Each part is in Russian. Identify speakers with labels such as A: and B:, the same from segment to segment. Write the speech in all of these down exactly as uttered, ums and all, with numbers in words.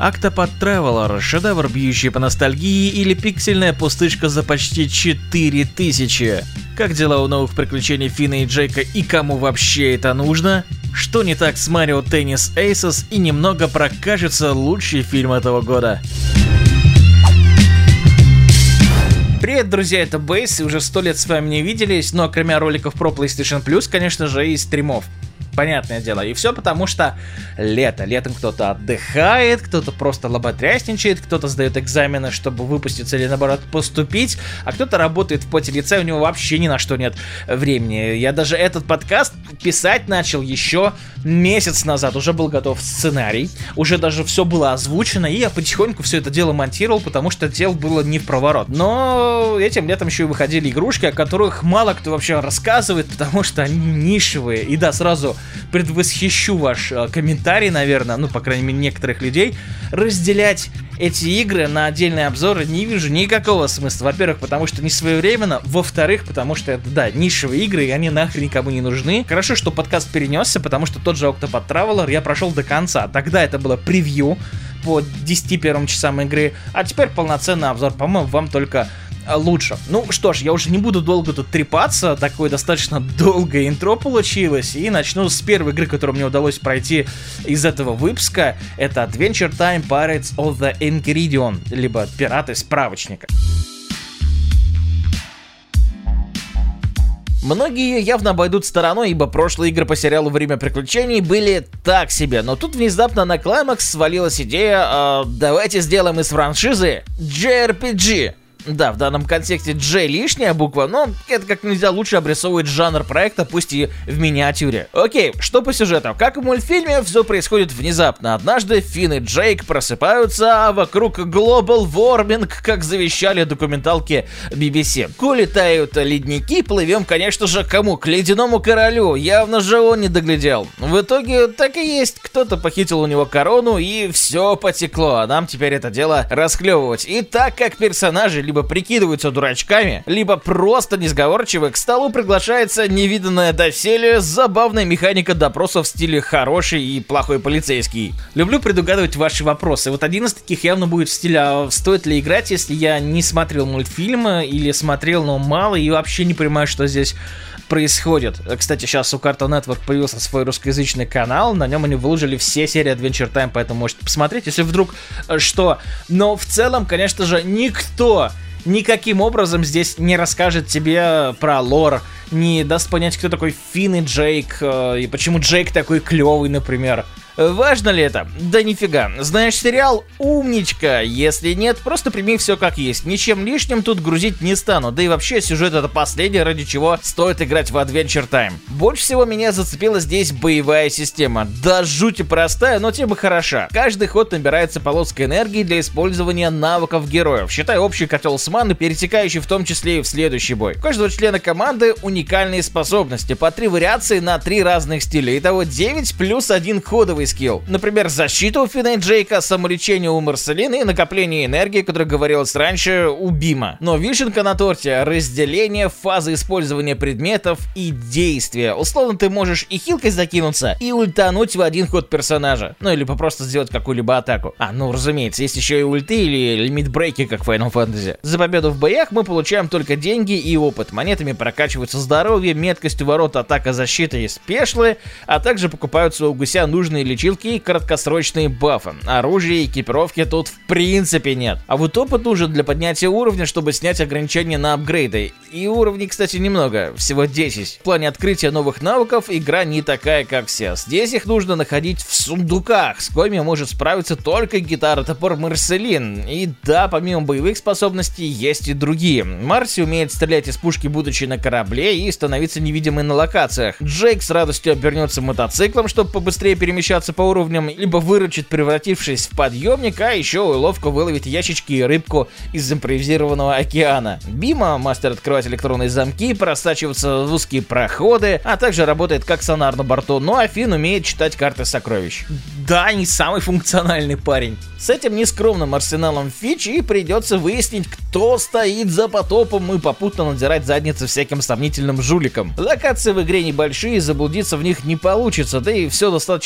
A: Octopath Traveler, шедевр, бьющий по ностальгии, или пиксельная пустышка за почти четыре тысячи? Как дела у новых приключений Финна и Джейка и кому вообще это нужно? Что не так с Mario Tennis Aces и немного про, кажется, лучший фильм этого года? Привет, друзья, это Бейс, и уже сто лет с вами не виделись, но кроме роликов про PlayStation Plus, конечно же, и стримов. Понятное дело. И все потому, что лето. Летом кто-то отдыхает, кто-то просто лоботрясничает, кто-то сдает экзамены, чтобы выпуститься или, наоборот, поступить, а кто-то работает в поте лица, и у него вообще ни на что нет времени. Я даже этот подкаст писать начал еще месяц назад. Уже был готов сценарий, уже даже все было озвучено, и я потихоньку все это дело монтировал, потому что дело было не в проворот. Но этим летом еще и выходили игрушки, о которых мало кто вообще рассказывает, потому что они нишевые. И да, сразу предвосхищу ваш э, комментарий, наверное, ну, по крайней мере, некоторых людей, разделять эти игры на отдельные обзоры не вижу никакого смысла. Во-первых, потому что не своевременно, во-вторых, потому что это, да, нишевые игры, и они нахрен никому не нужны. Хорошо, что подкаст перенесся, потому что тот же Octopath Traveler я прошел до конца. Тогда это было превью по десяти первым часам игры, а теперь полноценный обзор, по-моему, вам только лучше. Ну что ж, я уже не буду долго тут трепаться, такое достаточно долгое интро получилось, и начну с первой игры, которую мне удалось пройти из этого выпуска. Это Adventure Time Pirates of the Enchiridion, либо Пираты Справочника. Многие явно обойдут стороной, ибо прошлые игры по сериалу «Время приключений» были так себе, но тут внезапно на клаймакс свалилась идея э, «давайте сделаем из франшизы джей ар пи джи». Да, в данном контексте J лишняя буква, но это как нельзя лучше обрисовывает жанр проекта, пусть и в миниатюре. Окей, что по сюжету? Как в мультфильме, все происходит внезапно. Однажды Финн и Джейк просыпаются, а вокруг Global Warming, как завещали документалки би би си. Коли тают ледники, плывем, конечно же, кому? К ледяному королю. Явно же он не доглядел. В итоге так и есть. Кто-то похитил у него корону, и все потекло. А нам теперь это дело расхлебывать. И так как персонажи либо прикидываются дурачками, либо просто несговорчивы, к столу приглашается невиданная доселе забавная механика допросов в стиле хороший и плохой полицейский. Люблю предугадывать ваши вопросы. Вот один из таких явно будет в стиле «а стоит ли играть, если я не смотрел мультфильм или смотрел, но мало и вообще не понимаю, что здесь происходит». Кстати, сейчас у Cartoon Network появился свой русскоязычный канал, на нем они выложили все серии Adventure Time, поэтому можете посмотреть, если вдруг что. Но в целом, конечно же, никто никаким образом здесь не расскажет тебе про лор, не даст понять, кто такой Финн и Джейк, э, и почему Джейк такой клевый, например. Важно ли это? Да нифига. Знаешь сериал? Умничка. Если нет, просто прими все как есть. Ничем лишним тут грузить не стану. Да и вообще сюжет это последнее, ради чего стоит играть в Adventure Time. Больше всего меня зацепила здесь боевая система. Да жути простая, но тем и хороша. Каждый ход набирается полоска энергии для использования навыков героев. Считай общий котел с маны, перетекающий в том числе и в следующий бой. У каждого члена команды уникальные способности. По три вариации на три разных стиля. Итого девять плюс один ходовый скилл. Например, защита у Финна и Джейка, самолечение у Марселины и накопление энергии, которое говорилось раньше, у Бима. Но вишенка на торте — разделение фазы использования предметов и действия. Условно, ты можешь и хилкой закинуться, и ультануть в один ход персонажа. Ну или просто сделать какую-либо атаку. А, ну разумеется, есть еще и ульты или лимит-брейки, как в Final Fantasy. За победу в боях мы получаем только деньги и опыт. Монетами прокачивается здоровье, меткость у ворот, атака, защита и спешлы, а также покупаются у гуся нужные лечилки и краткосрочные бафы. Оружия и экипировки тут в принципе нет. А вот опыт нужен для поднятия уровня, чтобы снять ограничения на апгрейды. И уровней, кстати, немного, всего десять. В плане открытия новых навыков игра не такая, как все. Здесь их нужно находить в сундуках, с коими может справиться только гитара-топор Марселин. И да, помимо боевых способностей, есть и другие. Марси умеет стрелять из пушки, будучи на корабле, и становиться невидимой на локациях. Джейк с радостью обернется мотоциклом, чтобы побыстрее перемещаться по уровням, либо выручит, превратившись в подъемник, а еще ловко выловит ящички и рыбку из импровизированного океана. Бима, мастер открывать электронные замки, просачиваться в узкие проходы, а также работает как сонар на борту, ну а Финн умеет читать карты сокровищ. Да, не самый функциональный парень. С этим нескромным арсеналом фич и придется выяснить, кто стоит за потопом, и попутно надирать задницы всяким сомнительным жуликам. Локации в игре небольшие, заблудиться в них не получится, да и все достаточно лениво,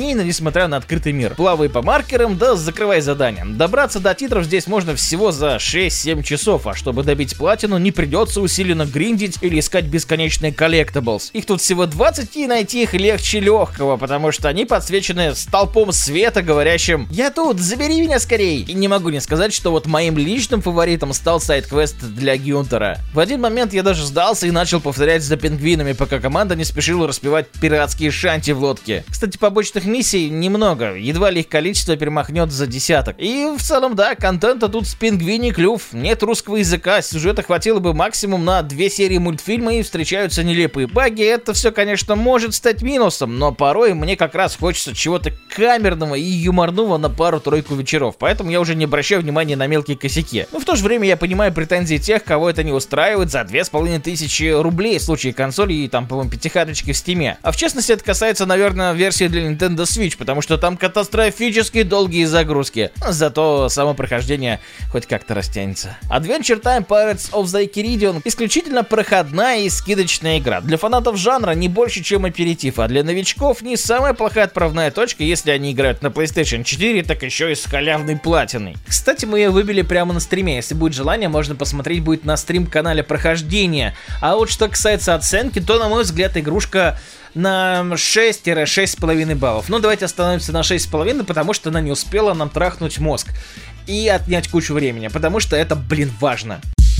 A: линейно, несмотря на открытый мир. Плавай по маркерам, да закрывай задания. Добраться до титров здесь можно всего за шесть-семь часов, а чтобы добить платину, не придется усиленно гриндить или искать бесконечные коллектаблс. Их тут всего двадцать, и найти их легче легкого, потому что они подсвечены столпом света, говорящим: «Я тут, забери меня скорей!» И не могу не сказать, что вот моим личным фаворитом стал сайд-квест для Гюнтера. В один момент я даже сдался и начал повторять за пингвинами, пока команда не спешила распевать пиратские шанти в лодке. Кстати, побочных миссий немного, едва ли их количество перемахнет за десяток. И в целом, да, контента тут с пингвини клюв, нет русского языка, сюжета хватило бы максимум на две серии мультфильма и встречаются нелепые баги. Это все, конечно, может стать минусом, но порой мне как раз хочется чего-то камерного и юморного на пару-тройку вечеров, поэтому я уже не обращаю внимания на мелкие косяки. Но в то же время я понимаю претензии тех, кого это не устраивает за две с половиной тысячи рублей в случае консоли и там, по-моему, пятихаточки в стиме. А в частности, это касается, наверное, версии для Nintendo Switch, потому что там катастрофически долгие загрузки. Зато само прохождение хоть как-то растянется. Adventure Time Pirates of the Caribbean исключительно проходная и скидочная игра. Для фанатов жанра не больше, чем аперитив, а для новичков не самая плохая отправная точка, если они играют на PlayStation четыре, так еще и с халявной платиной. Кстати, мы ее выбили прямо на стриме. Если будет желание, можно посмотреть будет на стрим-канале прохождения. А вот что касается оценки, то, на мой взгляд, игрушка на шесть-шесть с половиной баллов. Ну, давайте остановимся на шесть с половиной, потому что она не успела нам трахнуть мозг и отнять кучу времени, потому что это, блин, важно.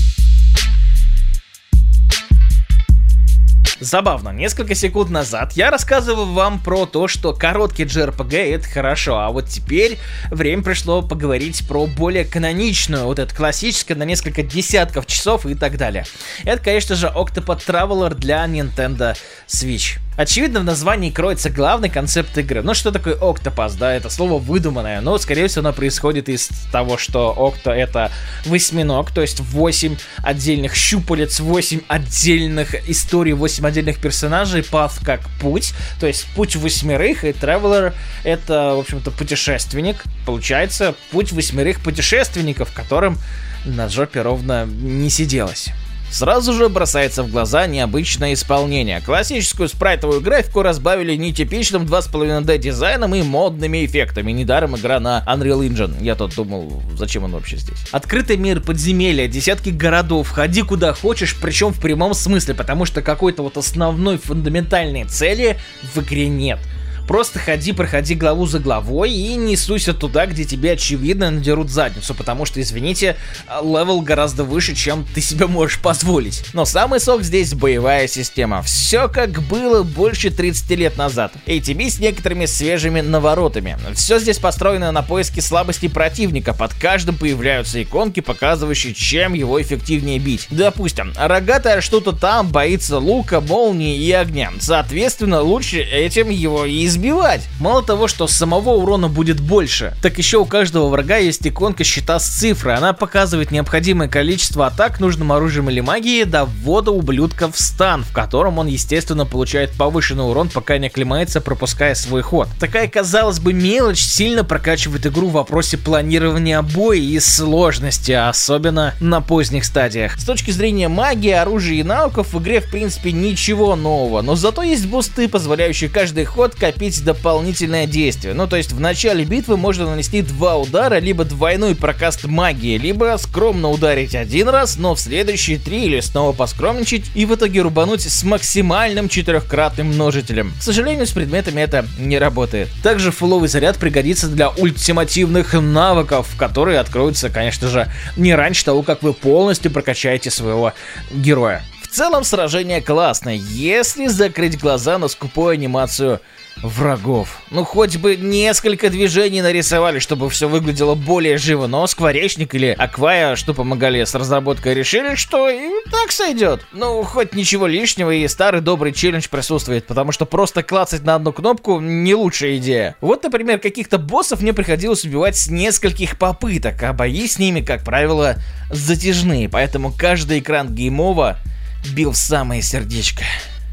A: Забавно, несколько секунд назад я рассказывал вам про то, что короткий джей ар пи джи это хорошо, а вот теперь время пришло поговорить про более каноничную, вот это классическое на несколько десятков часов и так далее. Это, конечно же, Octopath Traveler для Nintendo Switch. Очевидно, в названии кроется главный концепт игры. Ну, что такое Octopus, да, это слово выдуманное, но, скорее всего, оно происходит из того, что Octo — это восьминог, то есть восемь отдельных щупалец, восемь отдельных историй, восемь отдельных персонажей, Path как путь, то есть путь восьмерых, и Traveler — это, в общем-то, путешественник. Получается, путь восьмерых путешественников, которым на жопе ровно не сиделось. Сразу же бросается в глаза необычное исполнение. Классическую спрайтовую графику разбавили нетипичным два с половиной дэ дизайном и модными эффектами. Недаром игра на Unreal Engine. Я тут думал, зачем он вообще здесь. Открытый мир, подземелья, десятки городов, ходи куда хочешь, причем в прямом смысле, потому что какой-то вот основной фундаментальной цели в игре нет. Просто ходи, проходи главу за главой и не суйся туда, где тебе очевидно надерут задницу, потому что, извините, левел гораздо выше, чем ты себе можешь позволить. Но самый сок здесь боевая система. Все как было больше тридцати лет назад. эй ти би с некоторыми свежими наворотами. Все здесь построено на поиске слабостей противника. Под каждым появляются иконки, показывающие, чем его эффективнее бить. Допустим, рогатая что-то там боится лука, молнии и огня. Соответственно, лучше этим его и избивать. Сбивать. Мало того, что самого урона будет больше, так еще у каждого врага есть иконка щита с цифрой. Она показывает необходимое количество атак нужным оружием или магией до ввода ублюдка в стан, в котором он, естественно, получает повышенный урон, пока не оклемается, пропуская свой ход. Такая, казалось бы, мелочь сильно прокачивает игру в вопросе планирования боя и сложности, особенно на поздних стадиях. С точки зрения магии, оружия и навыков в игре в принципе ничего нового, но зато есть бусты, позволяющие каждый ход копить дополнительное действие. Ну, то есть в начале битвы можно нанести два удара, либо двойной прокаст магии, либо скромно ударить один раз, но в следующие три или снова поскромничать и в итоге рубануть с максимальным четырехкратным множителем. К сожалению, с предметами это не работает. Также фуловый заряд пригодится для ультимативных навыков, которые откроются, конечно же, не раньше того, как вы полностью прокачаете своего героя. В целом сражение классное, если закрыть глаза на скупую анимацию врагов. Ну, хоть бы несколько движений нарисовали, чтобы все выглядело более живо, но Скворечник или Аквая, что помогали с разработкой, решили, что и так сойдет. Ну, хоть ничего лишнего, и старый добрый челлендж присутствует, потому что просто клацать на одну кнопку не лучшая идея. Вот, например, каких-то боссов мне приходилось убивать с нескольких попыток, а бои с ними, как правило, затяжные, поэтому каждый экран геймова бил в самое сердечко.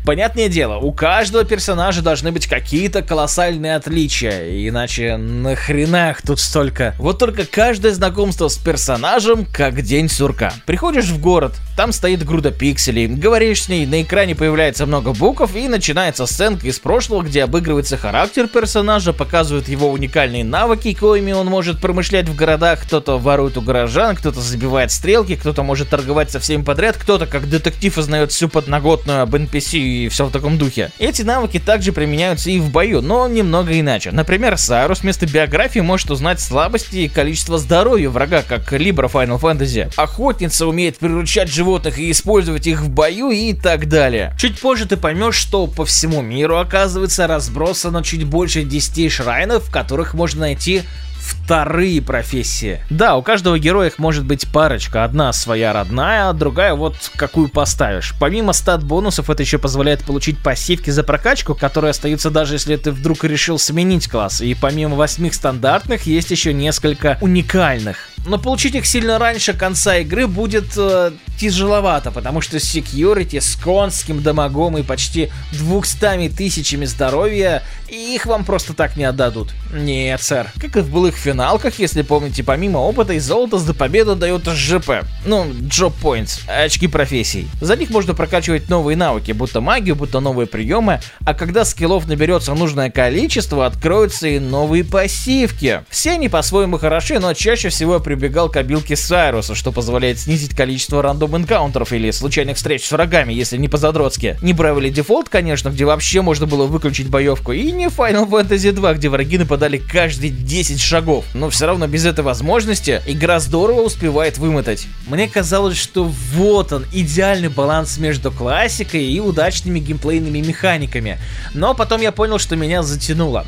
A: Понятное дело, у каждого персонажа должны быть какие-то колоссальные отличия, иначе нахрена их тут столько. Вот только каждое знакомство с персонажем как день сурка. Приходишь в город, там стоит груда пикселей, говоришь с ней, на экране появляется много букв и начинается сценка из прошлого, где обыгрывается характер персонажа, показывают его уникальные навыки, коими он может промышлять в городах. Кто-то ворует у горожан, кто-то забивает стрелки, кто-то может торговать со всеми подряд, кто-то как детектив узнает всю подноготную об эн пи си и все в таком духе. Эти навыки также применяются и в бою, но немного иначе. Например, Сайрус вместо биографии может узнать слабости и количество здоровья врага, как Libra Final Fantasy. Охотница умеет приручать животных и использовать их в бою и так далее. Чуть позже ты поймешь, что по всему миру, оказывается, разбросано чуть больше десяти шрайнов, в которых можно найти вторые профессии. Да, у каждого героя их может быть парочка. Одна своя родная, а другая вот какую поставишь. Помимо стат-бонусов, это еще позволяет получить пассивки за прокачку, которые остаются даже если ты вдруг решил сменить класс. И помимо восьми стандартных, есть еще несколько уникальных. Но получить их сильно раньше конца игры будет э, тяжеловато, потому что секьюрити с конским дамагом и почти двумястами тысячами здоровья, и их вам просто так не отдадут. Нет, сэр. Как и в былых финалках, если помните, помимо опыта и золота за победу дают жэ пэ. Ну, Job Points, очки профессий. За них можно прокачивать новые навыки, будто магию, будто новые приемы, а когда скиллов наберется нужное количество, откроются и новые пассивки. Все они по-своему хороши, но чаще всего прибегал к обилке Сайруса, что позволяет снизить количество рандом-энкаунтеров или случайных встреч с врагами, если не по-задротски. Не Bravely Default, конечно, где вообще можно было выключить боевку, и не Final Fantasy два, где враги нападали каждые десять шагов. Но все равно без этой возможности игра здорово успевает вымотать. Мне казалось, что вот он, идеальный баланс между классикой и удачными геймплейными механиками. Но потом я понял, что меня затянуло.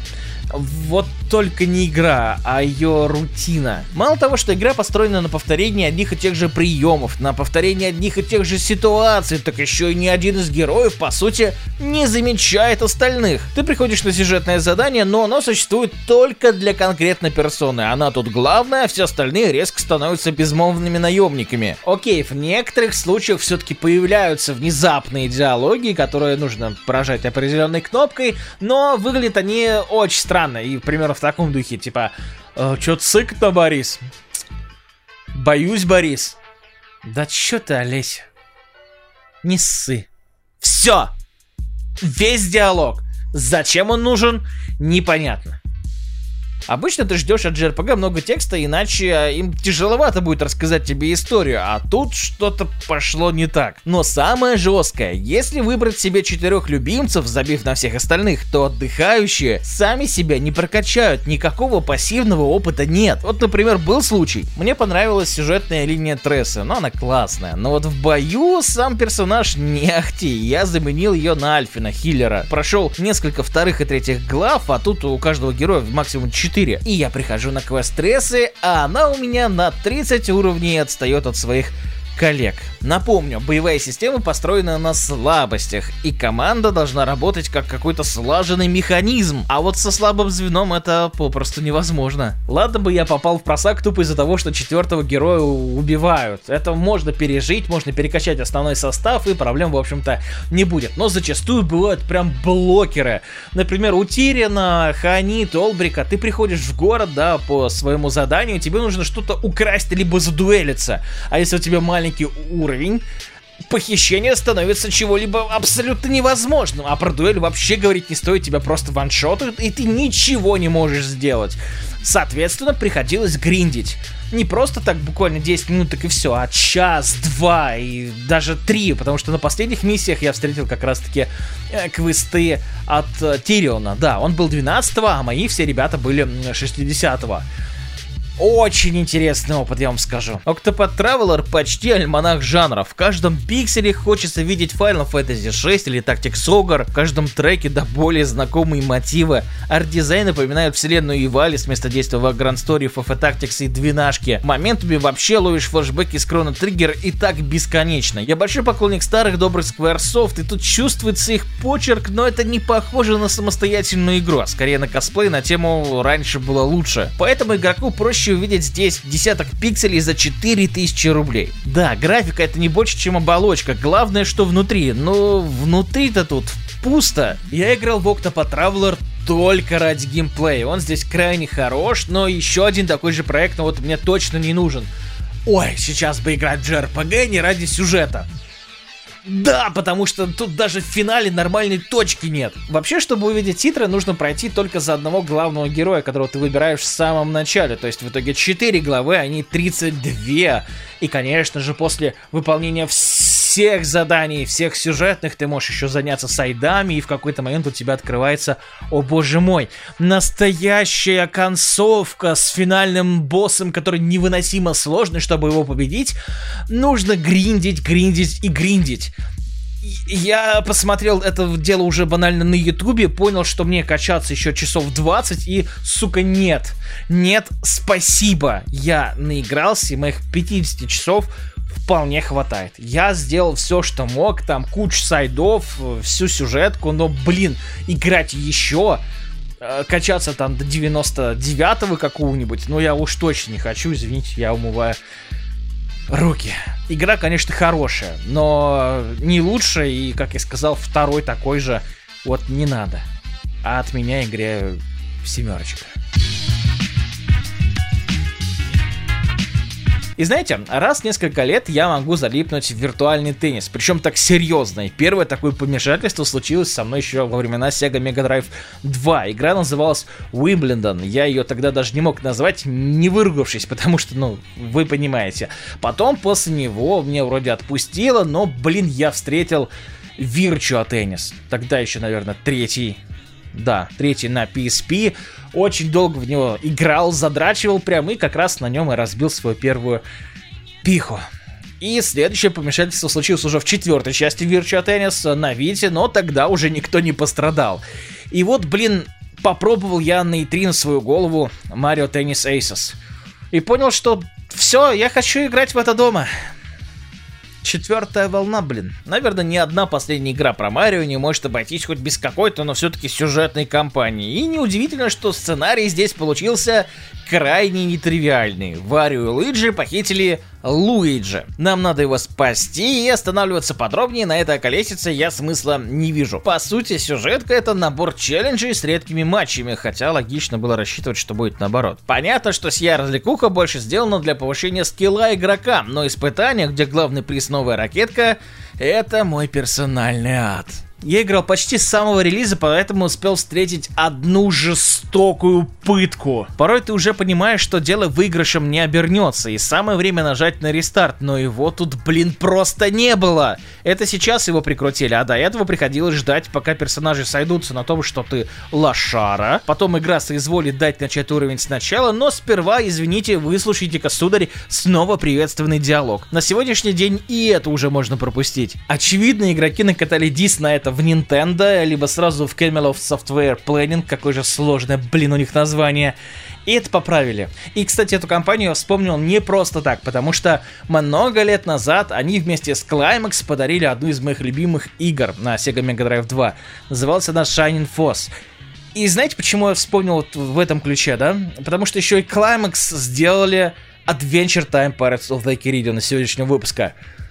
A: Вот только не игра, а ее рутина. Мало того, что игра построена на повторении одних и тех же приемов, на повторении одних и тех же ситуаций, так еще и ни один из героев, по сути, не замечает остальных. Ты приходишь на сюжетное задание, но оно существует только для конкретной персоны. Она тут главная, а все остальные резко становятся безмолвными наемниками. Окей, в некоторых случаях все-таки появляются внезапные диалоги, которые нужно поражать определенной кнопкой, но выглядят они очень странно. И, примерно, в таком духе, типа, э, чё цык-то, Борис? Боюсь, Борис. Да чё ты, Олеся? Не ссы. Все! Весь диалог. Зачем он нужен? Непонятно. Обычно ты ждешь от джей ар пи джи много текста, иначе им тяжеловато будет рассказать тебе историю, а тут что-то пошло не так. Но самое жесткое, если выбрать себе четырех любимцев, забив на всех остальных, то отдыхающие сами себя не прокачают, никакого пассивного опыта нет. Вот, например, был случай, мне понравилась сюжетная линия Трессы, но она классная, но вот в бою сам персонаж не ахти, я заменил ее на Альфина, хиллера. Прошел несколько вторых и третьих глав, а тут у каждого героя максимум четыре. И я прихожу на квест Трессы, а она у меня на тридцать уровней отстает от своих коллег. Напомню, боевая система построена на слабостях, и команда должна работать как какой-то слаженный механизм, а вот со слабым звеном это попросту невозможно. Ладно бы я попал в просак тупо из-за того, что четвертого героя убивают. Это можно пережить, можно перекачать основной состав, и проблем, в общем-то, не будет. Но зачастую бывают прям блокеры. Например, у Тирина, Ханит, Олбрика, ты приходишь в город, да, по своему заданию, тебе нужно что-то украсть, либо задуэлиться. А если у тебя маленький уровень, похищение становится чего-либо абсолютно невозможным, а про дуэль вообще говорить не стоит, тебя просто ваншотают, и ты ничего не можешь сделать. Соответственно, приходилось гриндить. Не просто так буквально десять минут, так и все, а час, два и даже три, потому что на последних миссиях я встретил как раз-таки э, квесты от э, Тириона. Да, он был двенадцатого, а мои все ребята были шестидесятого. Очень интересный опыт, я вам скажу. Octopath Traveler почти альманах жанра. В каждом пикселе хочется видеть Final Fantasy шесть или Tactics Ogre. В каждом треке до более знакомые мотивы. Арт-дизайн напоминает вселенную Ивали с места действия в Grand Story, эф эф Tactics и двенашки. Моментами вообще ловишь флешбеки с Chrono Trigger и так бесконечно. Я большой поклонник старых добрых Squaresoft, и тут чувствуется их почерк, но это не похоже на самостоятельную игру, а скорее на косплей на тему «раньше было лучше». Поэтому игроку проще проще увидеть здесь десяток пикселей за четыре тысячи рублей. Да, графика это не больше, чем оболочка, главное, что внутри, но внутри-то тут пусто. Я играл в Octopath Traveler только ради геймплея, он здесь крайне хорош, но еще один такой же проект, но вот мне точно не нужен. Ой, сейчас бы играть в джей ар пи джи не ради сюжета. Да, потому что тут даже в финале нормальной точки нет. Вообще, чтобы увидеть титры, нужно пройти только за одного главного героя, которого ты выбираешь в самом начале. То есть в итоге четыре главы, они тридцать два. И, конечно же, после выполнения всех заданий, всех сюжетных, ты можешь еще заняться сайдами, и в какой-то момент у тебя открывается, о боже мой, настоящая концовка с финальным боссом, который невыносимо сложный. Чтобы его победить, нужно гриндить, гриндить и гриндить. Я посмотрел это дело уже банально на ютубе, понял, что мне качаться еще часов двадцать, и, сука, нет. Нет, спасибо. Я наигрался, и моих пятьдесят часов вполне хватает. Я сделал все, что мог, там куча сайдов, всю сюжетку, но, блин, играть еще, качаться там до девяносто девятого какого-нибудь, ну я уж точно не хочу, извините, я умываю руки. Игра, конечно, хорошая, но не лучшая, и, как я сказал, второй такой же вот не надо. А от меня игре семерочка. И знаете, раз в несколько лет я могу залипнуть в виртуальный теннис, причем так серьезно. И первое такое помешательство случилось со мной еще во времена Sega Mega Drive два. Игра называлась Wimbledon. Я ее тогда даже не мог назвать, не выругавшись, потому что, ну, вы понимаете. Потом после него мне вроде отпустило, но, блин, я встретил Virtua Tennis. Тогда еще, наверное, третий. Да, третий на пи эс пи. Очень долго в него играл, задрачивал прям, и как раз на нем и разбил свою первую пиху. И следующее помешательство случилось уже в четвертой части Virtua Tennis на Вите, но тогда уже никто не пострадал. И вот, блин, попробовал я на и три на свою голову Mario Tennis Aces. И понял, что все, я хочу играть в это дома. Четвертая волна, блин. Наверное, ни одна последняя игра про Марио не может обойтись хоть без какой-то, но все-таки сюжетной кампании. И неудивительно, что сценарий здесь получился крайне нетривиальный. Варио и Луиджи похитили Луиджи. Нам надо его спасти, и останавливаться подробнее на этой околесице я смысла не вижу. По сути, сюжетка — это набор челленджей с редкими матчами, хотя логично было рассчитывать, что будет наоборот. Понятно, что сия развлекуха больше сделана для повышения скилла игрока, но испытание, где главный приз новая ракетка, это мой персональный ад. Я играл почти с самого релиза, поэтому успел встретить одну жестокую пытку. Порой ты уже понимаешь, что дело выигрышем не обернется, и самое время нажать на рестарт, но его тут, блин, просто не было. Это сейчас его прикрутили, а до этого приходилось ждать, пока персонажи сойдутся на том, что ты лошара. Потом игра соизволит дать начать уровень сначала, но сперва, извините, выслушайте-ка, сударь, снова приветственный диалог. На сегодняшний день и это уже можно пропустить. Очевидно, игроки накатали дис на это в Nintendo, либо сразу в Camelot Software Planning, какое же сложное, блин, у них название. И это поправили. И, кстати, эту компанию я вспомнил не просто так, потому что много лет назад они вместе с Climax подарили одну из моих любимых игр на Sega Mega Drive два. Называлась она Shining Force. И знаете, почему я вспомнил вот в этом ключе, да? Потому что еще и Climax сделали Adventure Time Pirates of the Caribbean на сегодняшнего выпуска.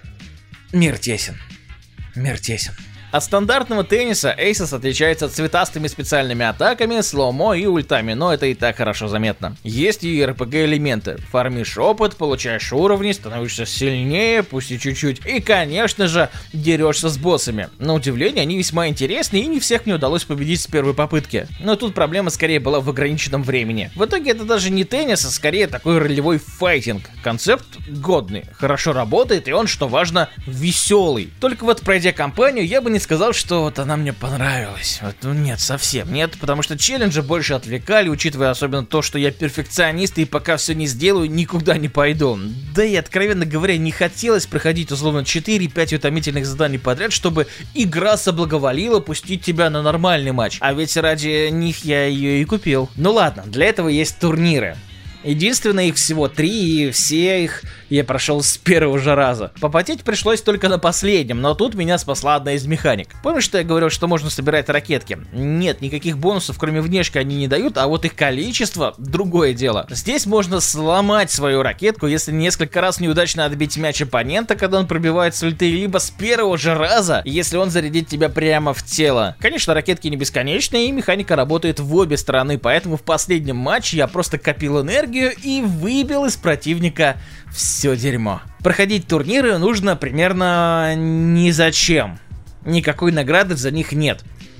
A: Мир тесен. Мир тесен. От стандартного тенниса Aces отличается цветастыми специальными атаками, слоумо и ультами, но это и так хорошо заметно. Есть и эр пи джи элементы. Фармишь опыт, получаешь уровни, становишься сильнее, пусть и чуть-чуть, и, конечно же, дерешься с боссами. На удивление, они весьма интересны, и не всех мне удалось победить с первой попытки. Но тут проблема скорее была в ограниченном времени. В итоге это даже не теннис, а скорее такой ролевой файтинг. Концепт годный, хорошо работает, и он, что важно, веселый. Только вот пройдя кампанию, я бы не сказал, что вот она мне понравилась. Вот, ну нет, совсем нет, потому что челленджи больше отвлекали, учитывая особенно то, что я перфекционист и пока все не сделаю, никуда не пойду. Да и, откровенно говоря, не хотелось проходить условно четыре-пять утомительных заданий подряд, чтобы игра соблаговолила пустить тебя на нормальный матч. А ведь ради них я ее и купил. Ну ладно, для этого есть турниры. Единственное, их всего три, и все их я прошел с первого же раза. Попотеть пришлось только на последнем, но тут меня спасла одна из механик. Помнишь, что я говорил, что можно собирать ракетки? Нет, никаких бонусов, кроме внешки, они не дают, а вот их количество — другое дело. Здесь можно сломать свою ракетку, если несколько раз неудачно отбить мяч оппонента, когда он пробивает с ульты, либо с первого же раза, если он зарядит тебя прямо в тело. Конечно, ракетки не бесконечные, и механика работает в обе стороны, поэтому в последнем матче я просто копил энергию и выбил из противника все дерьмо. Проходить турниры нужно примерно ни зачем. Никакой награды за них нет.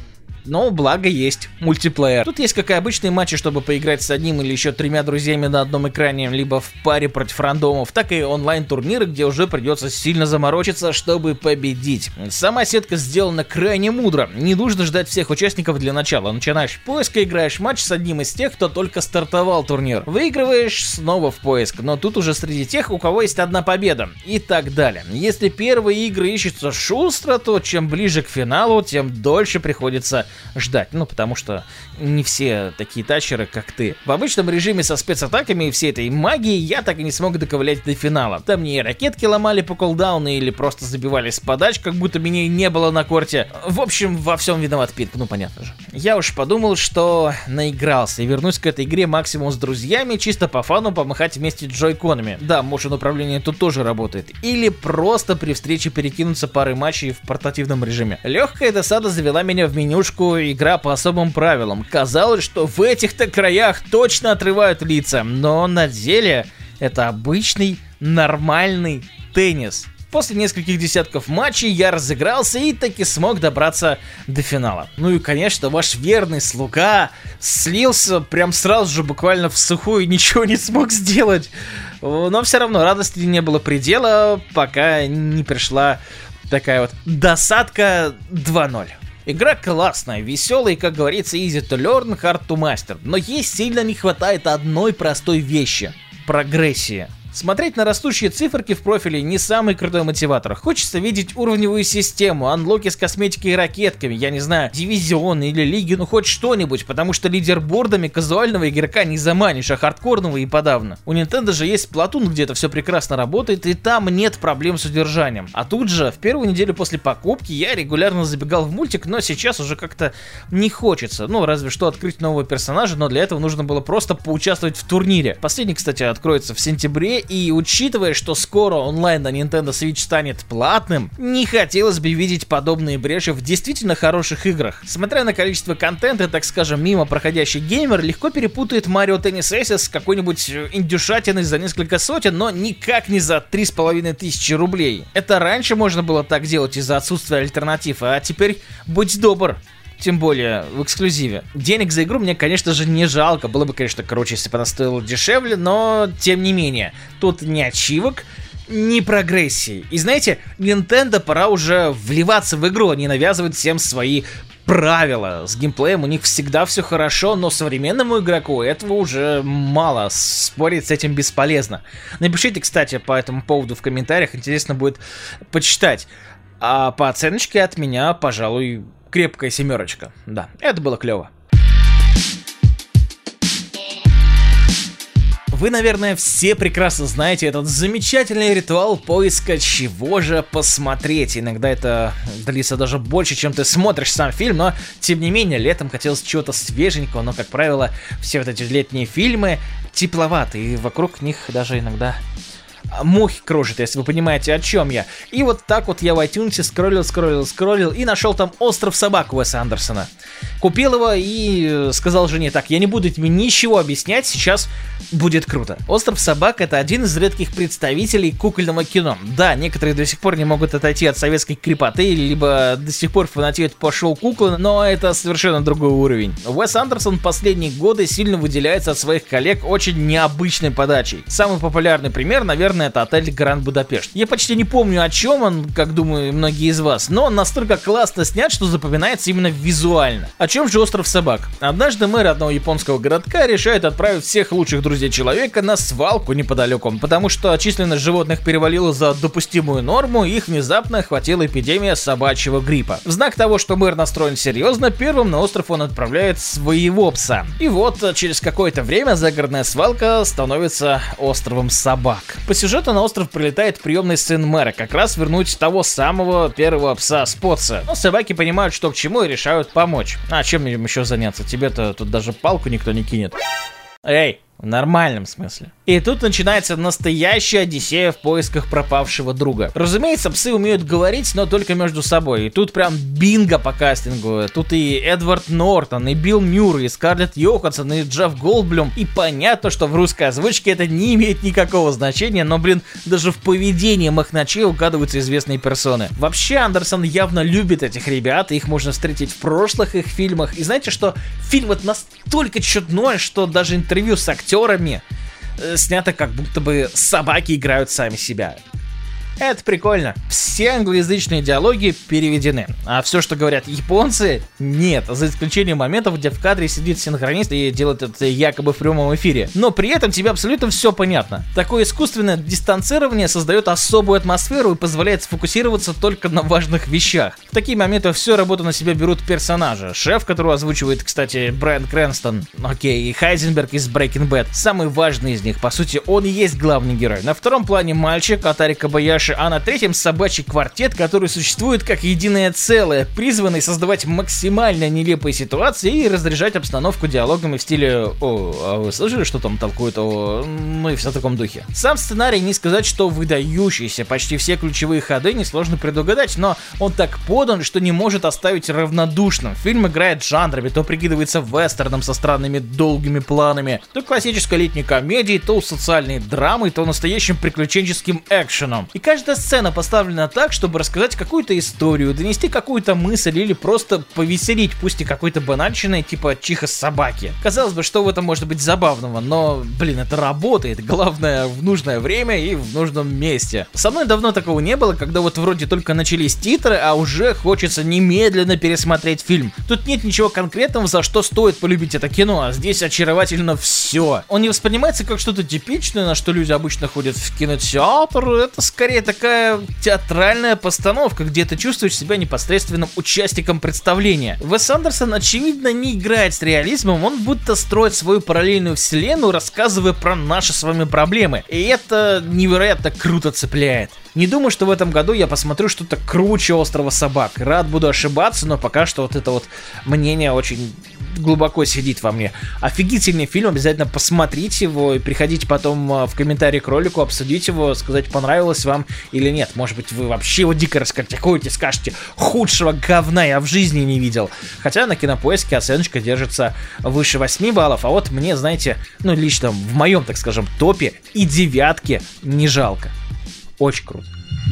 A: Но благо есть мультиплеер. Тут есть как и обычные матчи, чтобы поиграть с одним или еще тремя друзьями на одном экране, либо в паре против рандомов, так и онлайн-турниры, где уже придется сильно заморочиться, чтобы победить. Сама сетка сделана крайне мудро. Не нужно ждать всех участников для начала. Начинаешь поиск и играешь матч с одним из тех, кто только стартовал турнир. Выигрываешь, снова в поиск, но тут уже среди тех, у кого есть одна победа. И так далее. Если первые игры ищутся шустро, то чем ближе к финалу, тем дольше приходится ждать, ну потому что не все такие тачеры, как ты. В обычном режиме со спецатаками и всей этой магией я так и не смог доковылять до финала. Там мне и ракетки ломали по кулдауну или просто забивали с подач, как будто меня и не было на корте. В общем, во всем виноват Пинк, ну понятно же. Я уж подумал, что наигрался и вернусь к этой игре максимум с друзьями, чисто по фану помахать вместе джойконами. Да, motion управление тут тоже работает. Или просто при встрече перекинуться парой матчей в портативном режиме. Легкая досада завела меня в менюшку игра по особым правилам. Казалось, что в этих-то краях точно отрывают лица, но на деле это обычный, нормальный теннис. После нескольких десятков матчей я разыгрался и таки смог добраться до финала. Ну и, конечно, ваш верный слуга слился прям сразу же, буквально в сухую, ничего не смог сделать. Но все равно радости не было предела, пока не пришла такая вот досадка два ноль. Игра классная, веселая и, как говорится, easy to learn, hard to master. Но ей сильно не хватает одной простой вещи – прогрессии. Смотреть на растущие циферки в профиле не самый крутой мотиватор. Хочется видеть уровневую систему, анлоки с косметикой и ракетками, я не знаю, дивизионы или лиги, ну хоть что-нибудь, потому что лидербордами казуального игрока не заманишь, а хардкорного и подавно. У Nintendo же есть Splatoon, где это все прекрасно работает, и там нет проблем с удержанием. А тут же, в первую неделю после покупки я регулярно забегал в мультик, но сейчас уже как-то не хочется. Ну, разве что открыть нового персонажа, но для этого нужно было просто поучаствовать в турнире. Последний, кстати, откроется в сентябре. И учитывая, что скоро онлайн на Nintendo Switch станет платным, не хотелось бы видеть подобные бреши в действительно хороших играх. Смотря на количество контента, так скажем, мимо проходящий геймер легко перепутает Mario Tennis Aces с какой-нибудь индюшатиной за несколько сотен, но никак не за три с половиной тысячи рублей. Это раньше можно было так делать из-за отсутствия альтернатив, а теперь будь добр. Тем более в эксклюзиве. Денег за игру мне, конечно же, не жалко. Было бы, конечно, короче, если бы она стоила дешевле, но тем не менее. Тут ни ачивок, ни прогрессии. И знаете, Nintendo пора уже вливаться в игру, а не навязывать всем свои правила. С геймплеем у них всегда все хорошо, но современному игроку этого уже мало. Спорить с этим бесполезно. Напишите, кстати, по этому поводу в комментариях. Интересно будет почитать. А по оценочке от меня, пожалуй, крепкая семерочка. Да, это было клево. Вы, наверное, все прекрасно знаете этот замечательный ритуал поиска чего же посмотреть. Иногда это длится даже больше, чем ты смотришь сам фильм, но, тем не менее, летом хотелось чего-то свеженького, но, как правило, все вот эти летние фильмы тепловаты, и вокруг них даже иногда мухи кружат, если вы понимаете, о чем я. И вот так вот я в iTunes скроллил, скроллил, скроллил и нашел там «Остров собак» Уэса Андерсона. Купил его и сказал жене: так, я не буду тебе ничего объяснять, сейчас будет круто. «Остров собак» — это один из редких представителей кукольного кино. Да, некоторые до сих пор не могут отойти от советской крепоты, либо до сих пор фанатеют по шоу «Куклы», но это совершенно другой уровень. Уэс Андерсон в последние годы сильно выделяется от своих коллег очень необычной подачей. Самый популярный пример, наверное, это отель Гранд Будапешт. Я почти не помню, о чем он, как думаю многие из вас, но он настолько классно снят, что запоминается именно визуально. О чем же «Остров собак»? Однажды мэр одного японского городка решает отправить всех лучших друзей человека на свалку неподалеку, потому что численность животных перевалила за допустимую норму, и их внезапно охватила эпидемия собачьего гриппа. В знак того, что мэр настроен серьезно, первым на остров он отправляет своего пса. И вот через какое-то время загородная свалка становится островом собак. По сюжету сюжета на остров прилетает приемный сын мэра, как раз вернуть того самого первого пса Спотса. Но собаки понимают, что к чему, и решают помочь. А чем им еще заняться? Тебе-то тут даже палку никто не кинет. Эй, в нормальном смысле. И тут начинается настоящая одиссея в поисках пропавшего друга. Разумеется, псы умеют говорить, но только между собой. И тут прям бинго по кастингу. Тут и Эдвард Нортон, и Билл Мюррей, и Скарлетт Йоханссон, и Джефф Голдблюм. И понятно, что в русской озвучке это не имеет никакого значения, но, блин, даже в поведении махначей угадываются известные персоны. Вообще, Андерсон явно любит этих ребят, и их можно встретить в прошлых их фильмах. И знаете, что фильм вот настолько чудной, что даже интервью с актерами снято как будто бы собаки играют сами себя. Это прикольно. Все англоязычные диалоги переведены, а все, что говорят японцы, нет, за исключением моментов, где в кадре сидит синхронист и делает это якобы в прямом эфире. Но при этом тебе абсолютно все понятно. Такое искусственное дистанцирование создает особую атмосферу и позволяет сфокусироваться только на важных вещах. В такие моменты всю работу на себя берут персонажи. Шеф, которого озвучивает, кстати, Брайан Крэнстон, окей, и Хайзенберг из Breaking Bad. Самый важный из них, по сути, он и есть главный герой. На втором плане мальчик Атари Кобаяши, а на третьем собачий квартет, который существует как единое целое, призванный создавать максимально нелепые ситуации и разряжать обстановку диалогами в стиле «О, а вы слышали, что там толкуют? О...» Ну и все в таком духе. Сам сценарий не сказать, что выдающийся, почти все ключевые ходы несложно предугадать, но он так подан, что не может оставить равнодушным. Фильм играет жанрами, то прикидывается вестерном со странными долгими планами, то классической летней комедией, то социальной драмой, то настоящим приключенческим экшеном. И каждая сцена поставлена так, чтобы рассказать какую-то историю, донести какую-то мысль или просто повеселить, пусть и какой-то банальщиной, типа чиха собаки. Казалось бы, что в этом может быть забавного, но, блин, это работает, главное, в нужное время и в нужном месте. Со мной давно такого не было, когда вот вроде только начались титры, а уже хочется немедленно пересмотреть фильм. Тут нет ничего конкретного, за что стоит полюбить это кино, а здесь очаровательно все. Он не воспринимается как что-то типичное, на что люди обычно ходят в кинотеатр, это скорее такая театральная постановка, где ты чувствуешь себя непосредственным участником представления. Уэс Андерсон, очевидно, не играет с реализмом, он будто строит свою параллельную вселенную, рассказывая про наши с вами проблемы. И это невероятно круто цепляет. Не думаю, что в этом году я посмотрю что-то круче «Острова собак». Рад буду ошибаться, но пока что вот это вот мнение очень глубоко сидит во мне. Офигительный фильм, обязательно посмотрите его и приходите потом в комментарии к ролику, обсудить его, сказать, понравилось вам или нет. Может быть, вы вообще его дико раскритикуете, скажете, худшего говна я в жизни не видел. Хотя на Кинопоиске оценочка держится выше восьми баллов, а вот мне, знаете, ну лично в моем, так скажем, топе и девятке не жалко. Очень круто.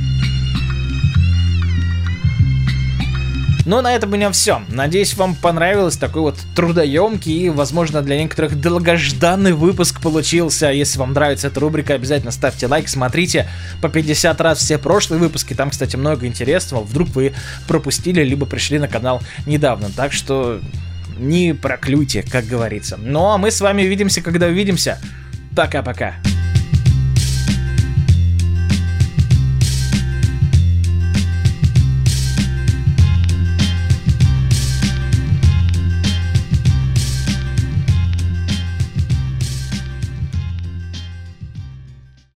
A: Ну, на этом у меня все. Надеюсь, вам понравилось такой вот трудоемкий и, возможно, для некоторых долгожданный выпуск получился. Если вам нравится эта рубрика, обязательно ставьте лайк, смотрите по пятьдесят раз все прошлые выпуски. Там, кстати, много интересного. Вдруг вы пропустили, либо пришли на канал недавно. Так что не проклюйте, как говорится. Ну, а мы с вами увидимся, когда увидимся. Пока-пока.